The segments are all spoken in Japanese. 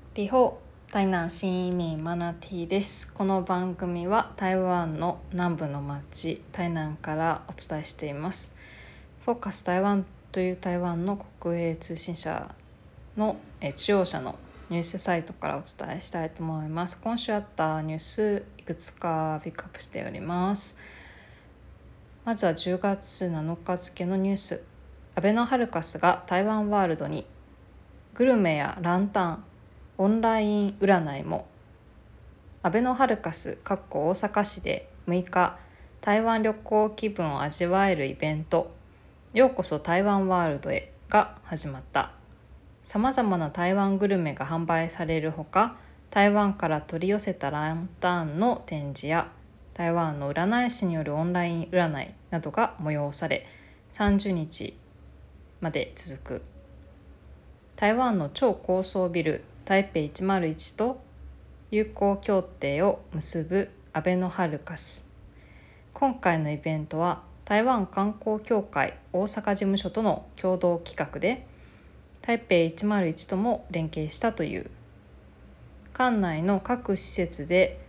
リホ台南新移民マナティです。この番組は台湾の南部の町台南からお伝えしています。フォーカス台湾という台湾の国営通信社の中央社のニュースサイトからお伝えしたいと思います。今週あったニュースいくつかピックアップしております。まずは10月7日付のニュース。アベノハルカスが台湾ワールドにグルメやランタンオンライン占いも。アベノハルカス大阪市で6日、台湾旅行気分を味わえるイベント、ようこそ台湾ワールドへが始まった。さまざまな台湾グルメが販売されるほか、台湾から取り寄せたランタンの展示や台湾の占い師によるオンライン占いなどが催され、30日まで続く。台湾の超高層ビル台北101と友好協定を結ぶアベノハルカス。今回のイベントは台湾観光協会大阪事務所との共同企画で、台北101とも連携したという。館内の各施設で、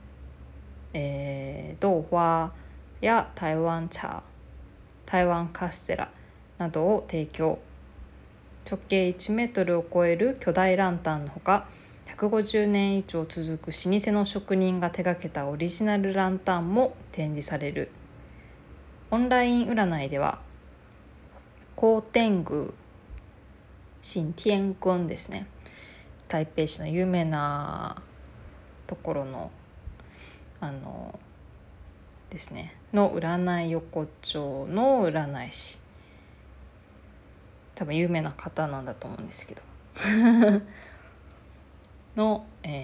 豆花や台湾茶、台湾カステラなどを提供。直径1メートルを超える巨大ランタンのほか、150年以上続く老舗の職人が手掛けたオリジナルランタンも展示される。オンライン占いでは高天宮新天宮ですね、台北市の有名なところのですねの占い横丁の占い師、多分有名な方なんだと思うんですけどの、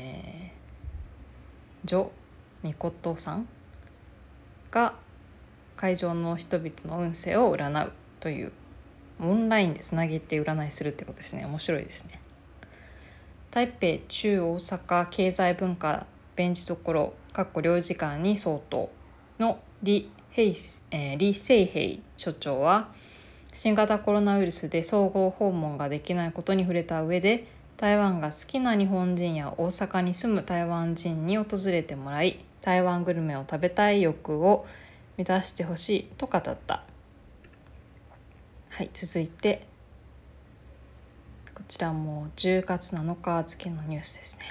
女みことさんが会場の人々の運勢を占うという、オンラインでつなげて占いするってことですね。面白いですね。台北中大阪経済文化弁事所領事館に相当の李成平所長は、新型コロナウイルスで総合訪問ができないことに触れた上で、台湾が好きな日本人や大阪に住む台湾人に訪れてもらい、台湾グルメを食べたい欲を満たしてほしいと語った。はい、続いてこちらも10月7日付のニュースですね。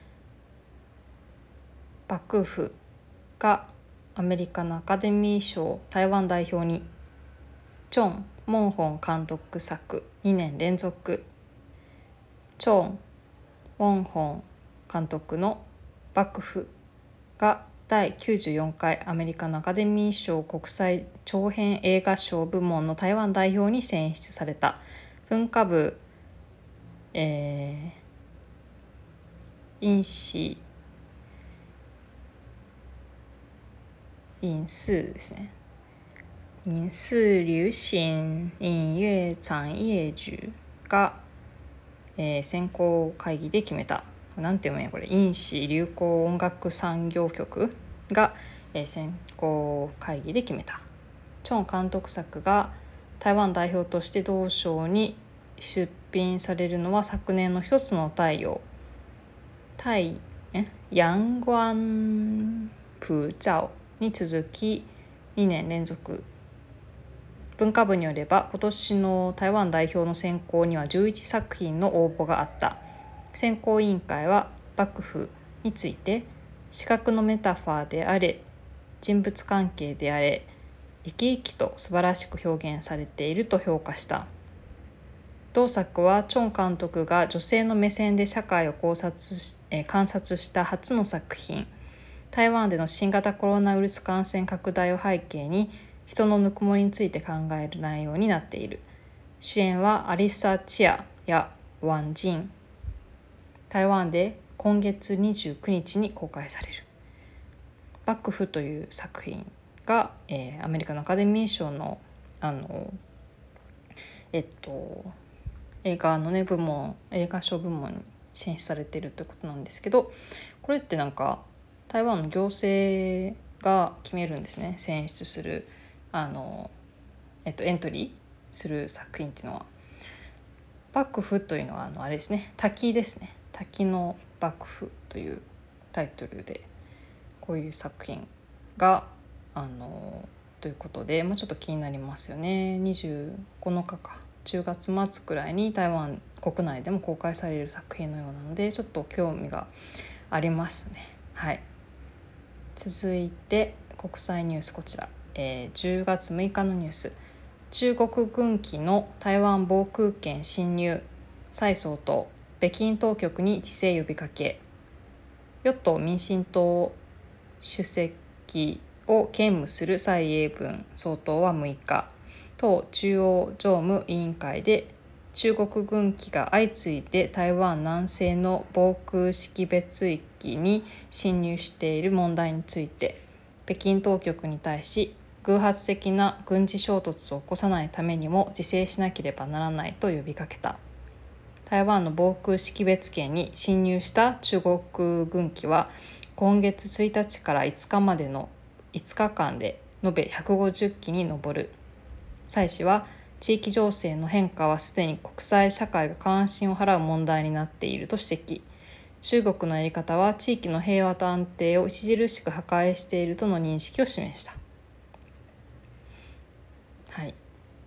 幕府がアメリカのアカデミー賞台湾代表に。チョン・モンホン監督作2年連続。チョン・モンホン監督の幕府が第94回アメリカのアカデミー賞国際長編映画賞部門の台湾代表に選出された。文化部、影視ですね。影視流行音乐产業局が、選考会議で決めた。なんて読むんやこれ。影視流行音楽産業局が、選考会議で決めた。チョン監督作が台湾代表として同賞に出品されるのは昨年の一つの太陽ヤングワンプーチャオに続き2年連続。文化部によれば今年の台湾代表の選考には11作品の応募があった。選考委員会は幕府について、視覚のメタファーであれ、人物関係であれ、生き生きと素晴らしく表現されていると評価した。同作はチョン監督が女性の目線で社会を観察した初の作品。台湾での新型コロナウイルス感染拡大を背景に、人のぬくもりについて考える内容になっている。主演はアリサ・チアやワン・ジン。台湾で今月29日に公開される。幕府という作品が、アメリカのアカデミー賞の映画のね映画賞部門に選出されているということなんですけど、これってなんか台湾の行政が決めるんですね。選出するエントリーする作品っていうのは。幕府というのはあれですね、滝ですね。 滝の幕府というタイトルでこういう作品がということで、ちょっと気になりますよね。29日か10月末くらいに台湾国内でも公開される作品のようなので、ちょっと興味がありますね。はい。続いて国際ニュース、こちら、10月6日のニュース。中国軍機の台湾防空圏侵入、蔡総統北京当局に自制呼びかけ。与党民進党主席を兼務する蔡英文総統は6日、党中央常務委員会で中国軍機が相次いで台湾南西の防空識別域に侵入している問題について、北京当局に対し偶発的な軍事衝突を起こさないためにも自制しなければならないと呼びかけた。台湾の防空識別圏に侵入した中国軍機は今月1日から5日までの5日間で延べ150機に上る。蔡氏は地域情勢の変化はすでに国際社会が関心を払う問題になっていると指摘。中国のやり方は地域の平和と安定を著しく破壊しているとの認識を示した。はい。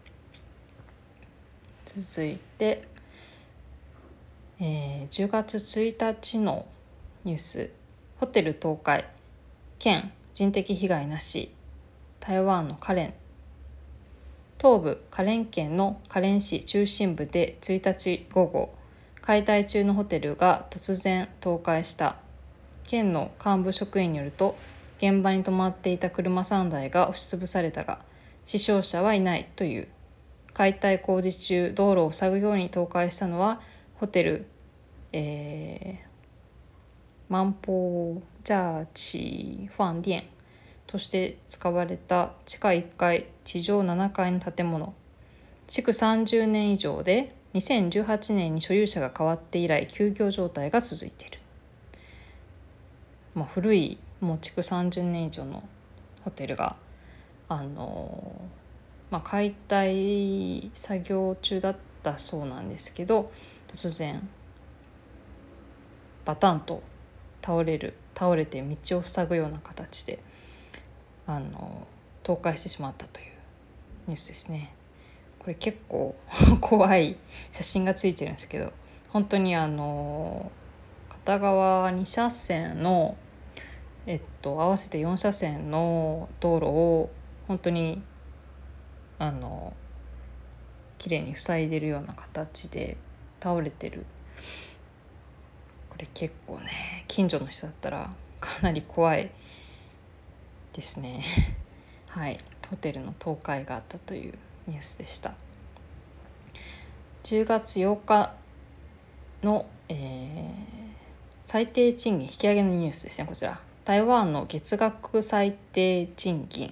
続いて、10月1日のニュース。ホテル倒壊、県人的被害なし。台湾の花蓮、東部花蓮県の花蓮市中心部で1日午後、解体中のホテルが突然倒壊した。県の幹部職員によると、現場に止まっていた車3台が押しつぶされたが死傷者はいないという。解体工事中、道路を塞ぐように倒壊したのはホテル、万宝家起飯店として使われた地下1階地上7階の建物。築30年以上で2018年に所有者が変わって以来休業状態が続いている。古いもう築30年以上のホテルが解体作業中だったそうなんですけど、突然バタンと倒れて道を塞ぐような形で倒壊してしまったというニュースですね。これ結構怖い写真がついてるんですけど、本当に片側2車線の合わせて4車線の道路を本当に綺麗に塞いでるような形で倒れてる。これ結構ね、近所の人だったらかなり怖いですねはい、ホテルの倒壊があったというニュースでした。10月8日の、最低賃金引き上げのニュースですね。こちら、台湾の月額最低賃金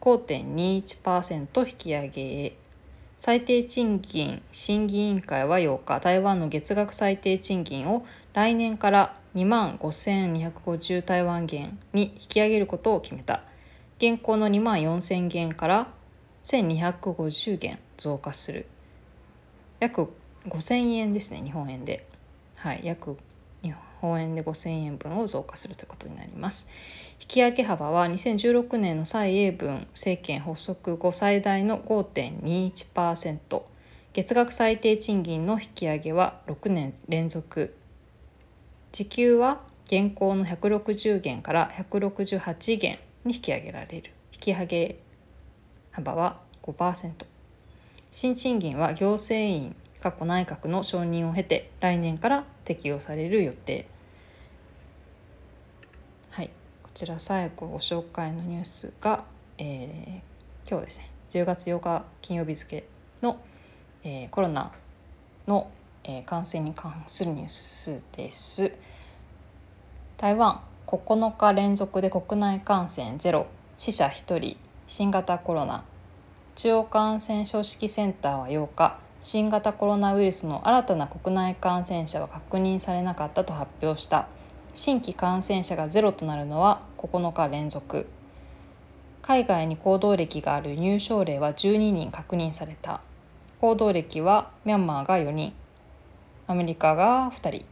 5.21% 引き上げへ。最低賃金審議委員会は8日、台湾の月額最低賃金を来年から25,250台湾元に引き上げることを決めた。現行の24,000元から1,250元増加する。約5,000円ですね、日本円で。はい、約日本円で5,000円分を増加するということになります。引き上げ幅は2016年の蔡英文政権発足後最大の 5.21%。月額最低賃金の引き上げは6年連続。時給は現行の160元から168元に引き上げられる。引き上げ幅は 5%。新賃金は行政院内閣の承認を経て来年から適用される予定。はい、こちら最後ご紹介のニュースが、今日ですね、10月8日金曜日付の、コロナの、感染に関するニュースです。台湾9日連続で国内感染ゼロ、死者1人、新型コロナ。中央感染症指揮センターは8日、新型コロナウイルスの新たな国内感染者は確認されなかったと発表した。新規感染者がゼロとなるのは9日連続。海外に行動歴がある入省例は12人確認された。行動歴はミャンマーが4人、アメリカが2人、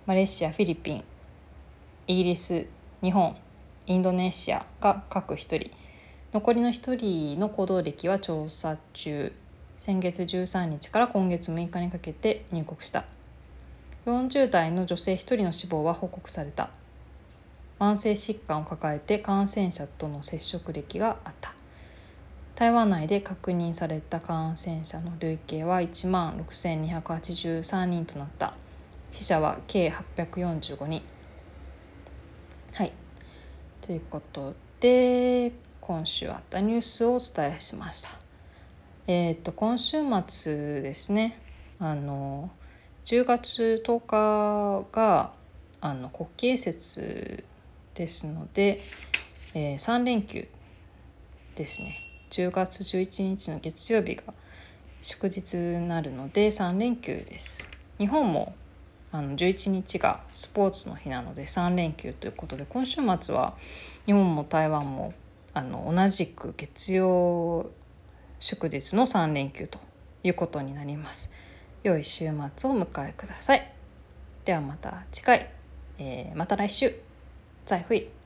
マレーシア、フィリピン、イギリス、日本、インドネシアが各1人、残りの1人の行動歴は調査中。先月13日から今月6日にかけて入国した。40代の女性1人の死亡は報告された。慢性疾患を抱えて感染者との接触歴があった。台湾内で確認された感染者の累計は1万6283人となった。死者は計845人。はい、ということで今週あったニュースをお伝えしました。今週末ですね、10月10日が国慶節ですので、3連休ですね。10月11日の月曜日が祝日になるので3連休です。日本も11日がスポーツの日なので3連休ということで、今週末は日本も台湾も同じく月曜祝日の3連休ということになります。良い週末をお迎えください。ではまた次回、また来週。再会。